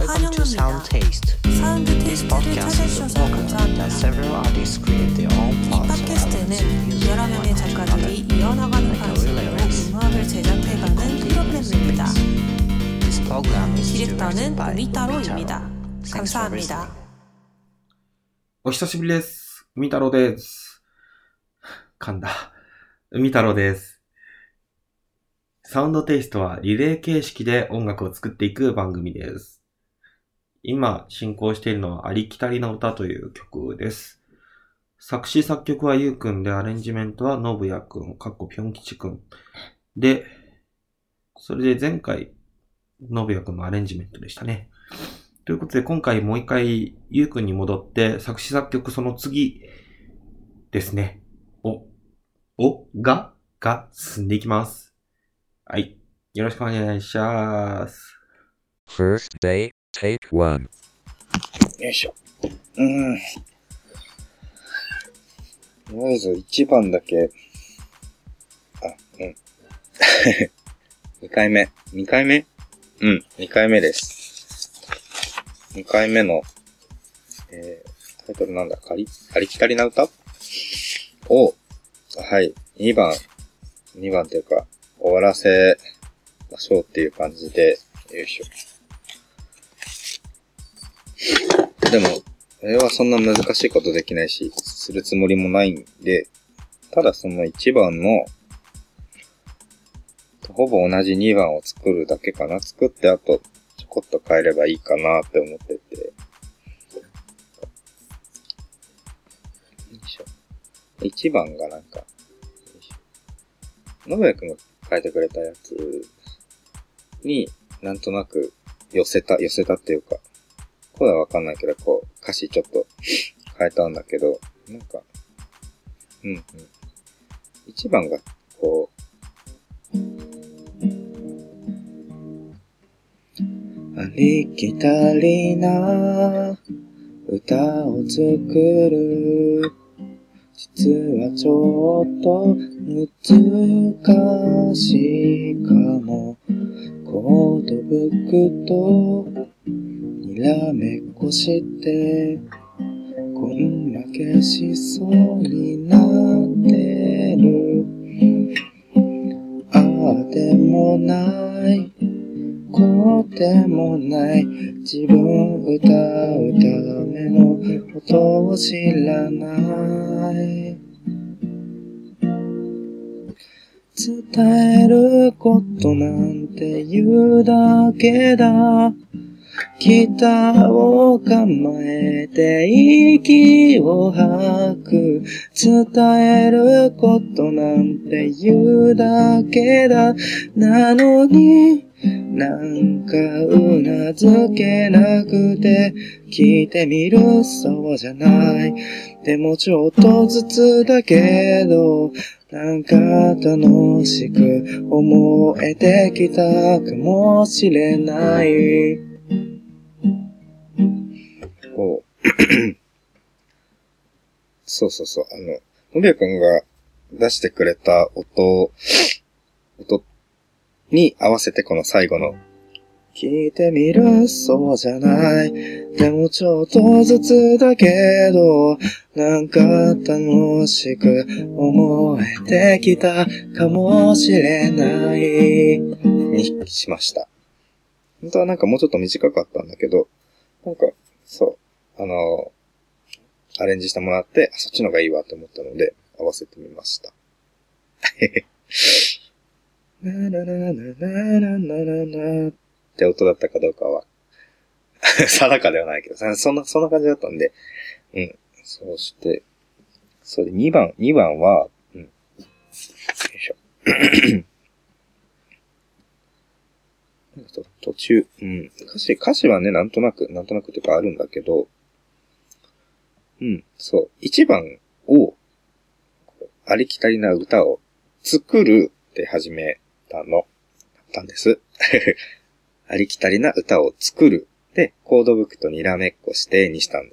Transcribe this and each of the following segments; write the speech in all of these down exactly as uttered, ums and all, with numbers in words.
Welcome to Sound Taste. This podcast is a program that several artists create their own 이 parts of 팟캐스트는 elements 여러 명의 작가들이 이어나가는 방식으로 음악을 제작해가는 프로그램입니다. This program is 디렉터는 directed by 우미타로입니다. Thanks for 감사합니다. listening. お久しぶりです。海太郎です。噛んだ。海太郎です。サウンドテイストはリレー形式で音楽を作っていく番組です。今進行しているのはありきたりな歌という曲です。作詞作曲はゆうくんで、アレンジメントはのぶやくん、かっこぴょんきちくん。で、それで前回、のぶやくんのアレンジメントでしたね。ということで今回もう一回ゆうくんに戻って作詞作曲その次ですね。お、お、が、が進んでいきます。はい。よろしくお願いします。 First day, take one. よいしょ。うーん。とりあえず一番だけ、あ、うん。二回目。二回目うん、二回目です。二回目の、えー、タイトルなんだ、あり、ありきたりな歌を、はい、二番、二番というか、終わらせましょうっていう感じで、よいしょ。でも、これはそんな難しいことできないし、するつもりもないんで、ただその一番の、ほぼ同じ二番を作るだけかな。作ってあと、ちょこっと変えればいいかなって思ってて。よいしょ。一番がなんか、のぶやくんが書いてくれたやつに、なんとなく寄せた、寄せたっていうか、これはわかんないけど、こう、歌詞ちょっと変えたんだけど、なんか、うんうん。一番が、こう、ありきたりな歌を作る。実はちょっと難しいかも。コードブックとにらめっこしてこんなけしそうになってる。ああでもないこうでもない自分歌うためのことを知らない伝えることなんて言うだけだギターを構えて息を吐く伝えることなんて言うだけだなのになんかうなずけなくて聞いてみるそうじゃないでもちょっとずつだけどなんか楽しく思えてきたかもしれないこうそうそうそうあののびやくんが出してくれた音音に合わせてこの最後の聞いてみるそうじゃないでもちょっとずつだけどなんか楽しく思えてきたかもしれないにしました本当はなんかもうちょっと短かったんだけどなんかそうあのアレンジしてもらってそっちの方がいいわと思ったので合わせてみましたななななななななって音だったかどうかは定かではないけど、そんな、そんな感じだったんで、うん。そして、それでにばん、にばんは、うん。よいしょ。途中、うん。歌詞、歌詞はね、なんとなく、なんとなくというかあるんだけど、うん、そう。いちばんを、ありきたりな歌を作るって始めたの、たんです。ありきたりな歌を作る。で、コードブックとにらめっこしてにしたんです。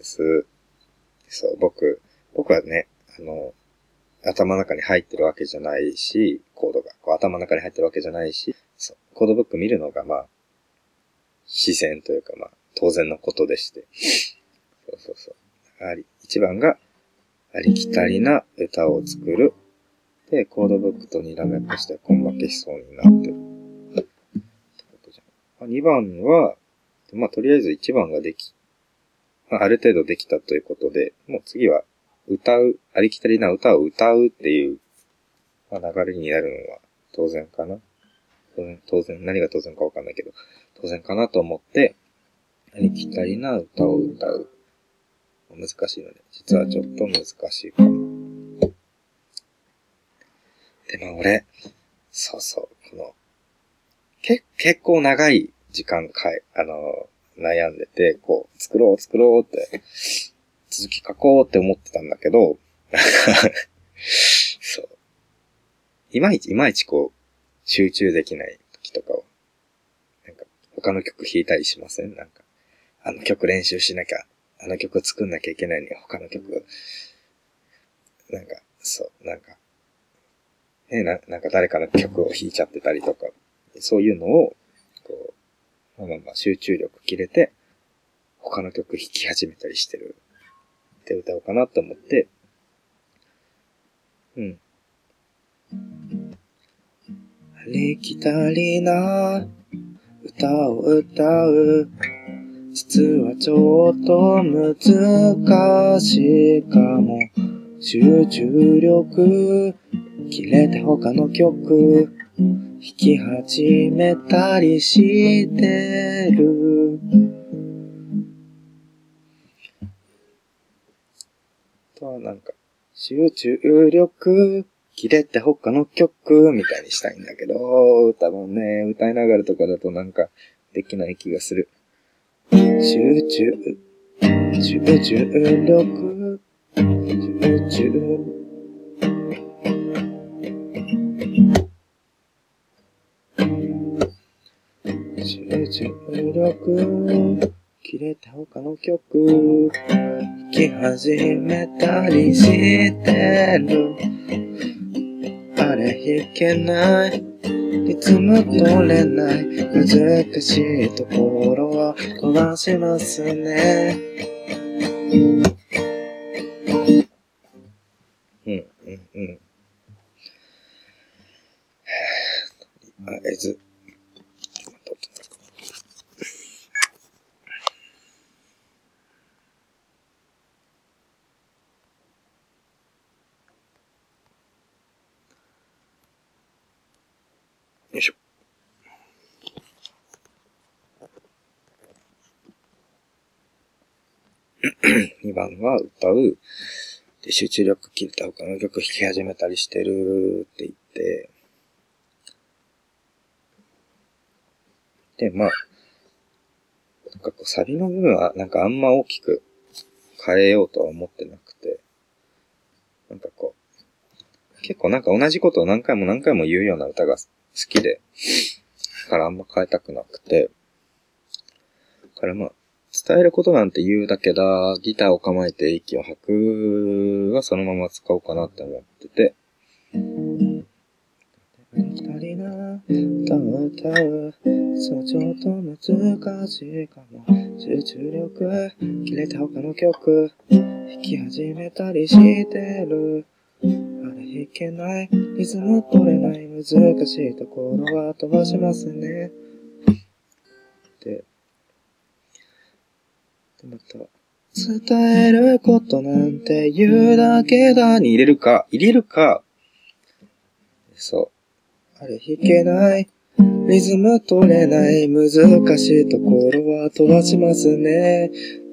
そう、僕、僕はね、あの、頭の中に入ってるわけじゃないし、コードがこう頭の中に入ってるわけじゃないし、そう、コードブック見るのがまあ、視線というかまあ、 当然のことでして。そうそうそう。あり、一番が、ありきたりな歌を作る。で、コードブックとに段目として根負けしそうになってる。ってことじゃん。二番は、まあ、とりあえず一番ができ、まあ、ある程度できたということで、もう次は歌う、ありきたりな歌を歌うっていう、まあ、流れになるのは当然かな。当然、当然、何が当然かわかんないけど、当然かなと思って、ありきたりな歌を歌う。難しいので、実はちょっと難しいかも。でも俺、そうそう、この、け、結構長い時間かい、あの、悩んでて、こう、作ろう作ろうって、続き書こうって思ってたんだけど、そう。いまいち、いまいちこう、集中できない時とかは、なんか、他の曲弾いたりしません？なんか、あの曲練習しなきゃ、あの曲作んなきゃいけないのに、他の曲、なんか、そう、なんか、ね、な、なんか誰かの曲を弾いちゃってたりとか、そういうのを、こう、まあまあまあ集中力切れて、他の曲弾き始めたりしてるって歌おうかなと思って、うん。ありきたりな歌を歌う。実はちょっと難しいかも。集中力切れて他の曲弾き始めたりしてる。とはなんか集中力切れて他の曲みたいにしたいんだけど、多分ね、歌いながらとかだとなんかできない気がする。集中、集中力、集中、集中力、切れて他の曲、弾き始めたりしてる。あれ弾けない、リズム取れない、難しいところは飛ばしますね。うんうんうん。あえず。よいしょ。にばんは歌う。で、集中力切れた他の曲弾き始めたりしてるって言って。で、まあ、なんかこうサビの部分はなんかあんま大きく変えようとは思ってなくて。なんかこう、結構なんか同じことを何回も何回も言うような歌が好きで、だからあんま変えたくなくて。だからまあ、伝えることなんて言うだけだ、ギターを構えて息を吐くはそのまま使おうかなって思ってて。ありきたりな歌を歌う、そうちょっと難しいかも。集中力切れて他の曲弾き始めたりしてる。あれ弾けない、リズム取れない、難しいところは飛ばしますね。でで、また、伝えることなんて言うだけだに入れるか、入れるか、そう。あれ弾けない、リズム取れない、難しいところは飛ばしますね。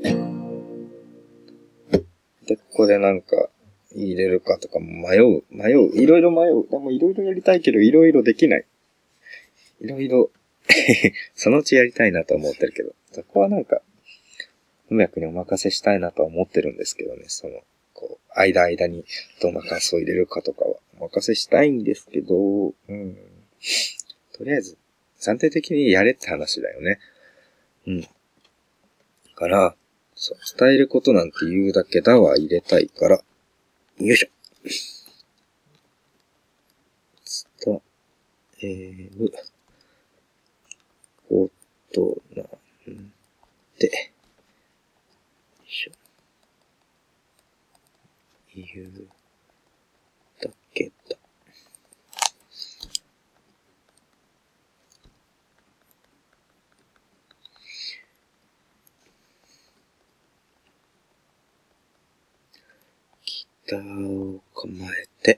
で、ここでなんか、入れるかとかも迷う、迷う、いろいろ迷う。でもいろいろやりたいけど、いろいろできない。いろいろ、そのうちやりたいなと思ってるけど、そこはなんか、音楽にお任せしたいなとは思ってるんですけどね、その、こう、間間にどんな感想を入れるかとかはお任せしたいんですけど、うん。とりあえず、暫定的にやれって話だよね。うん。だから、そう、伝えることなんて言うだけだは入れたいから、よいしょ。伝えることなんて、よいしょ。言うだけだ。ギターを構えて、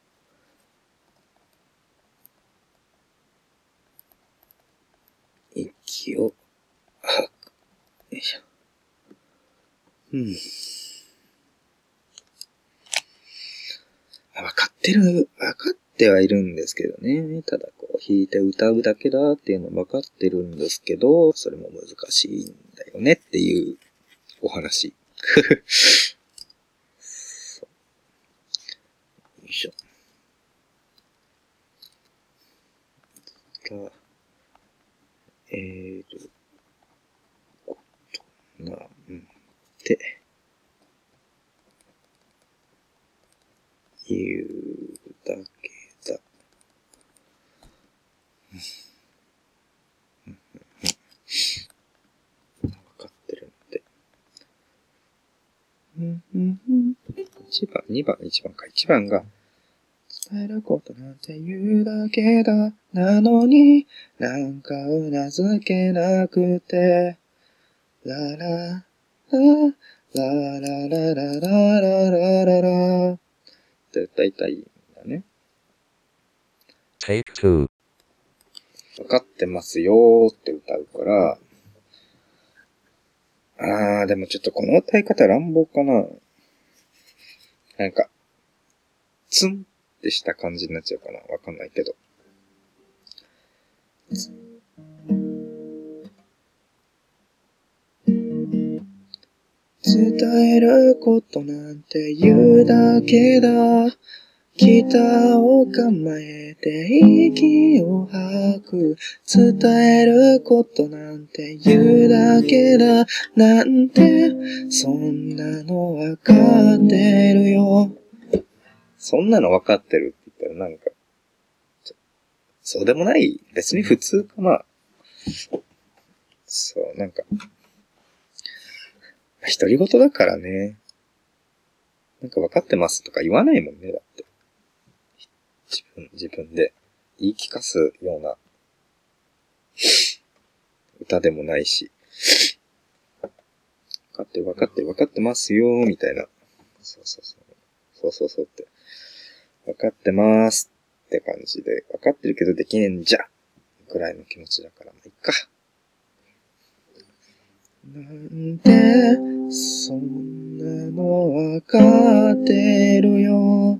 息を吐く。よいしょ。うん。わかってる、わかってはいるんですけどね。ただこう弾いて歌うだけだっていうのわかってるんですけど、それも難しいんだよねっていうお話。そう。よいしょ。が、えーと、ことなんて、言うだけだ。わかってるんで。いちばん、にばん、いちばんか。いちばんが、伝えることなんて言うだけだ。なのに、なんかうなずけなくて。ララ、ラ、ラララララララララって歌いたいんだね。 Take two. わかってますよーって歌うから、あー、でもちょっとこの歌い方乱暴かな。なんか、ツンってした感じになっちゃうかな。わかんないけど。伝えることなんて言うだけだ。ギターを構えて息を吐く。伝えることなんて言うだけだ。なんて、そんなのわかってるよ。そんなのわかってるって言ったらなんか、そうでもない。別に普通かな。そう、なんか、独り言だからね。なんかわかってますとか言わないもんね、だって。自分、自分で言い聞かすような歌でもないし。わかってるわかってるわかってますよ、みたいな。そうそうそう。そうそうそうって。わかってますって感じで、わかってるけどできねえんじゃくらいの気持ちだから、まあ、いっか。なんて、そんなのわかってるよ。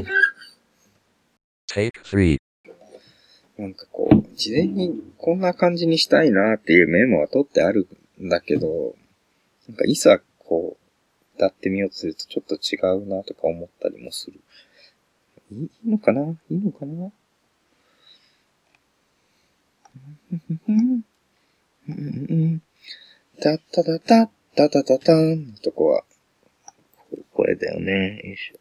Take three. なんかこう、事前にこんな感じにしたいなっていうメモは取ってあるんだけど、なんかいざこう、歌ってみようとするとちょっと違うなとか思ったりもする。いいのかないいのかなタッタタタッタタタタンのとこは、これだよね。よいし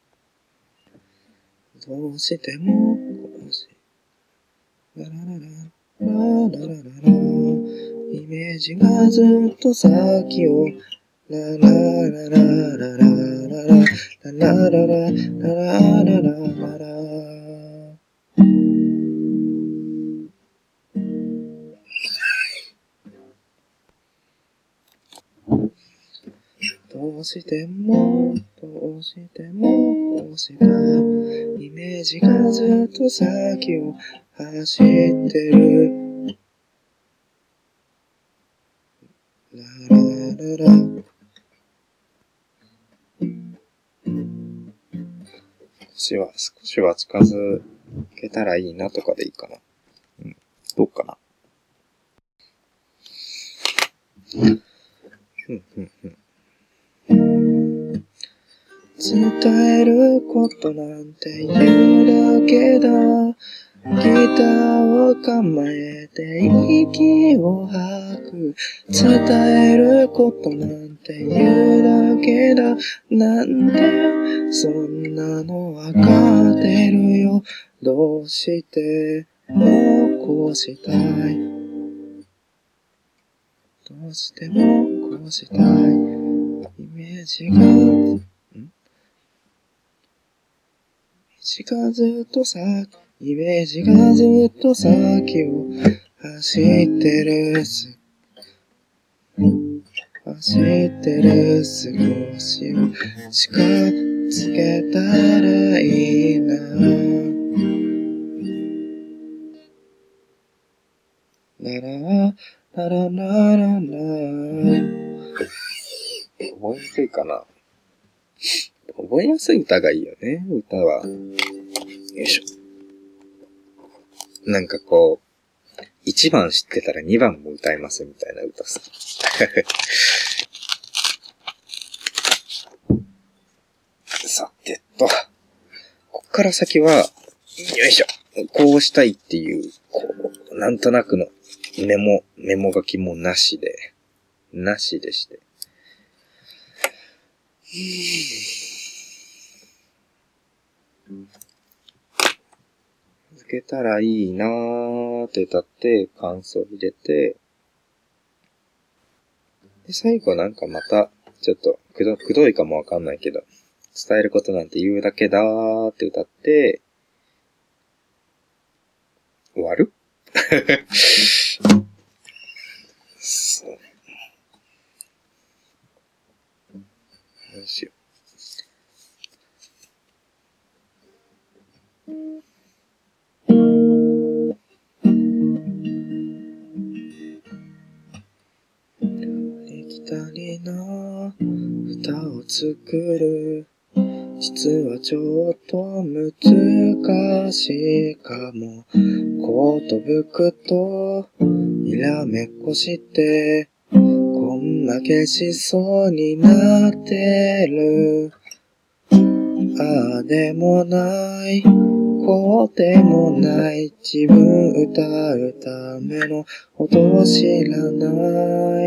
ょ。どうしても、こうし、ララララ、ラララララ、イメージがずっと先を、ラララララララララララララララララどうしても、どうしても、どうしたイメージがずっと先を走ってる。ララララ。少しは、少しは近づけたらいいなとかでいいかな。うん。どうかな。ふんふんふん。伝えることなんて言うだけだ。ギターを構えて息を吐く。伝えることなんて言うだけだ。なんて、そんなのわかってるよ。どうしてもこうしたい。 どうしてもこうしたいイメージが、んイメージがずっとさ、イメージがずっと先を走ってるす、走ってる少しを近づけたらいいな。ラララララララ。覚えやすいかな。覚えやすい歌がいいよね、歌は。よいしょ。なんかこう、いちばん知ってたらにばんも歌えますみたいな歌さ。さてと、こっから先は、よいしょ。こうしたいっていう、こう、なんとなくのメモ、メモ書きもなしで、なしでして。続けたらいいなーって歌って、感想入れて、で、最後なんかまた、ちょっとくど、くどいかもわかんないけど、伝えることなんて言うだけだーって歌って、終わるそう。どうしよう。できたりな歌を作る。実はちょっと難しいかも。ことぶくとにらめっこしてこんだけしそうになってる。ああでもないこうでもない自分歌うための音を知らない。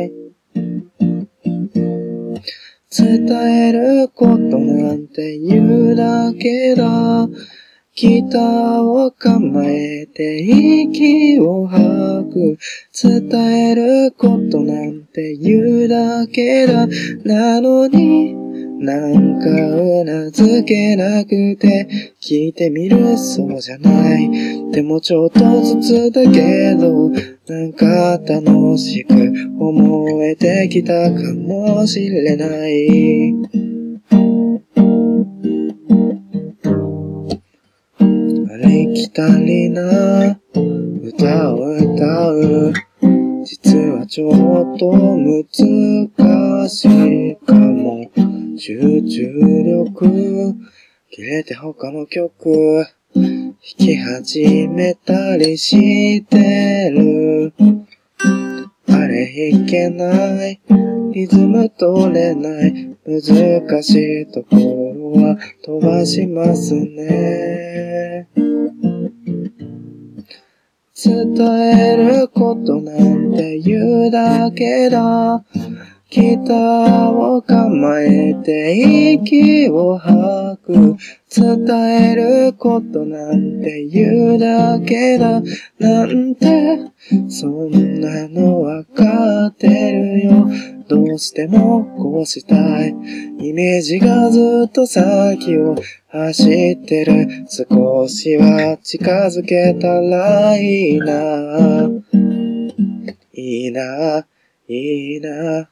伝えることなんて言うだけだ。ギターを構えて息を吐く。伝えることなんて言うだけだ。なのになんかうなずけなくて聞いてみるそうじゃない。でもちょっとずつだけどなんか楽しく思えてきたかもしれない。ありきたりな歌を歌う。実はちょっと難しいかも。集中力切れて他の曲弾き始めたりしてる。あれ弾けないリズム取れない難しいところは飛ばしますね。伝えることなんて言うだけだ。ギターを構えて息を吐く。伝えることなんて言うだけだ。なんてそんなのわかってるよ。どうしてもこうしたいイメージがずっと先を走ってる。少しは近づけたらいいな。いいな、いいな。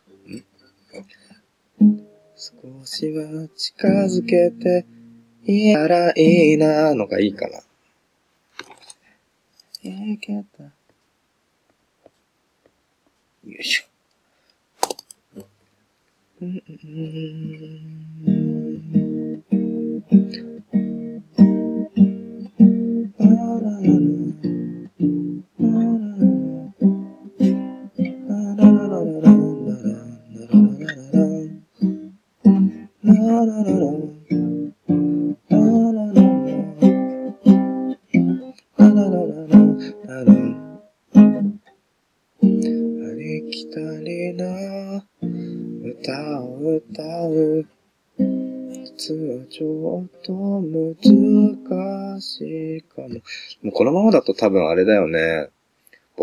少しは近づけていたらいいなのがいいかな。いけた。よいしょ。うんありきたりな歌を歌う。実はちょっと難しいかも。もうこのままだと多分あれだよね。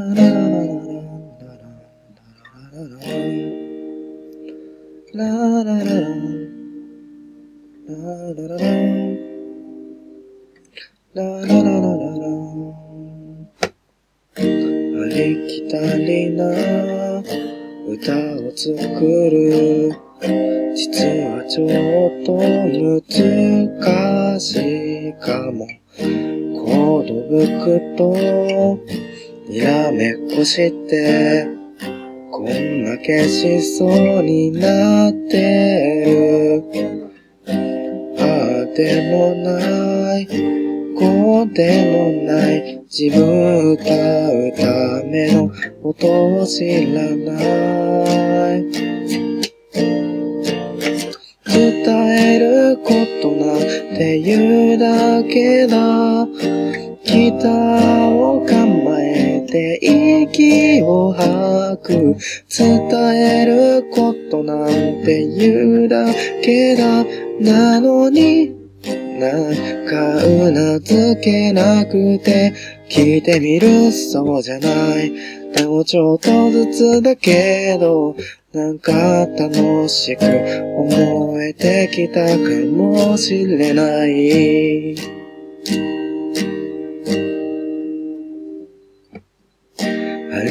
ラララララララララララララララララララありきたりな歌を作る実はちょっと難しいかもコードブックとにらめっこしてこんな消しそうになってるああでもないこうでもない自分歌うための音を知らない伝えることなんて言うだけだギターを構えて息を吐く伝えることなんて言うだけだなのになんかうなずけなくて聞いてみるそうじゃないでもちょっとずつだけどなんか楽しく思えてきたかもしれないあ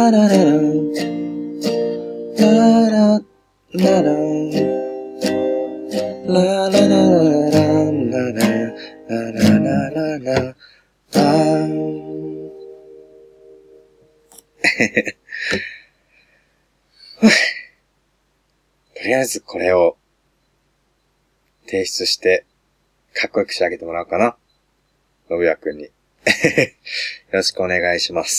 ラララララララララララララララララララとりあえずこれを提出してかっこよく仕上げてもらおうかな。のぶやくんに。よろしくお願いします。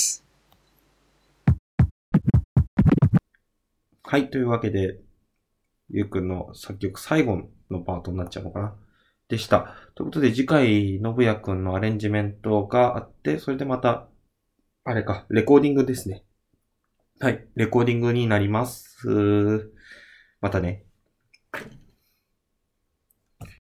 はい、というわけで、ゆうくんの作曲最後のパートになっちゃうのかなでした。ということで次回、のぶやくんのアレンジメントがあって、それでまた、あれか、レコーディングですね。はい、レコーディングになります。またね。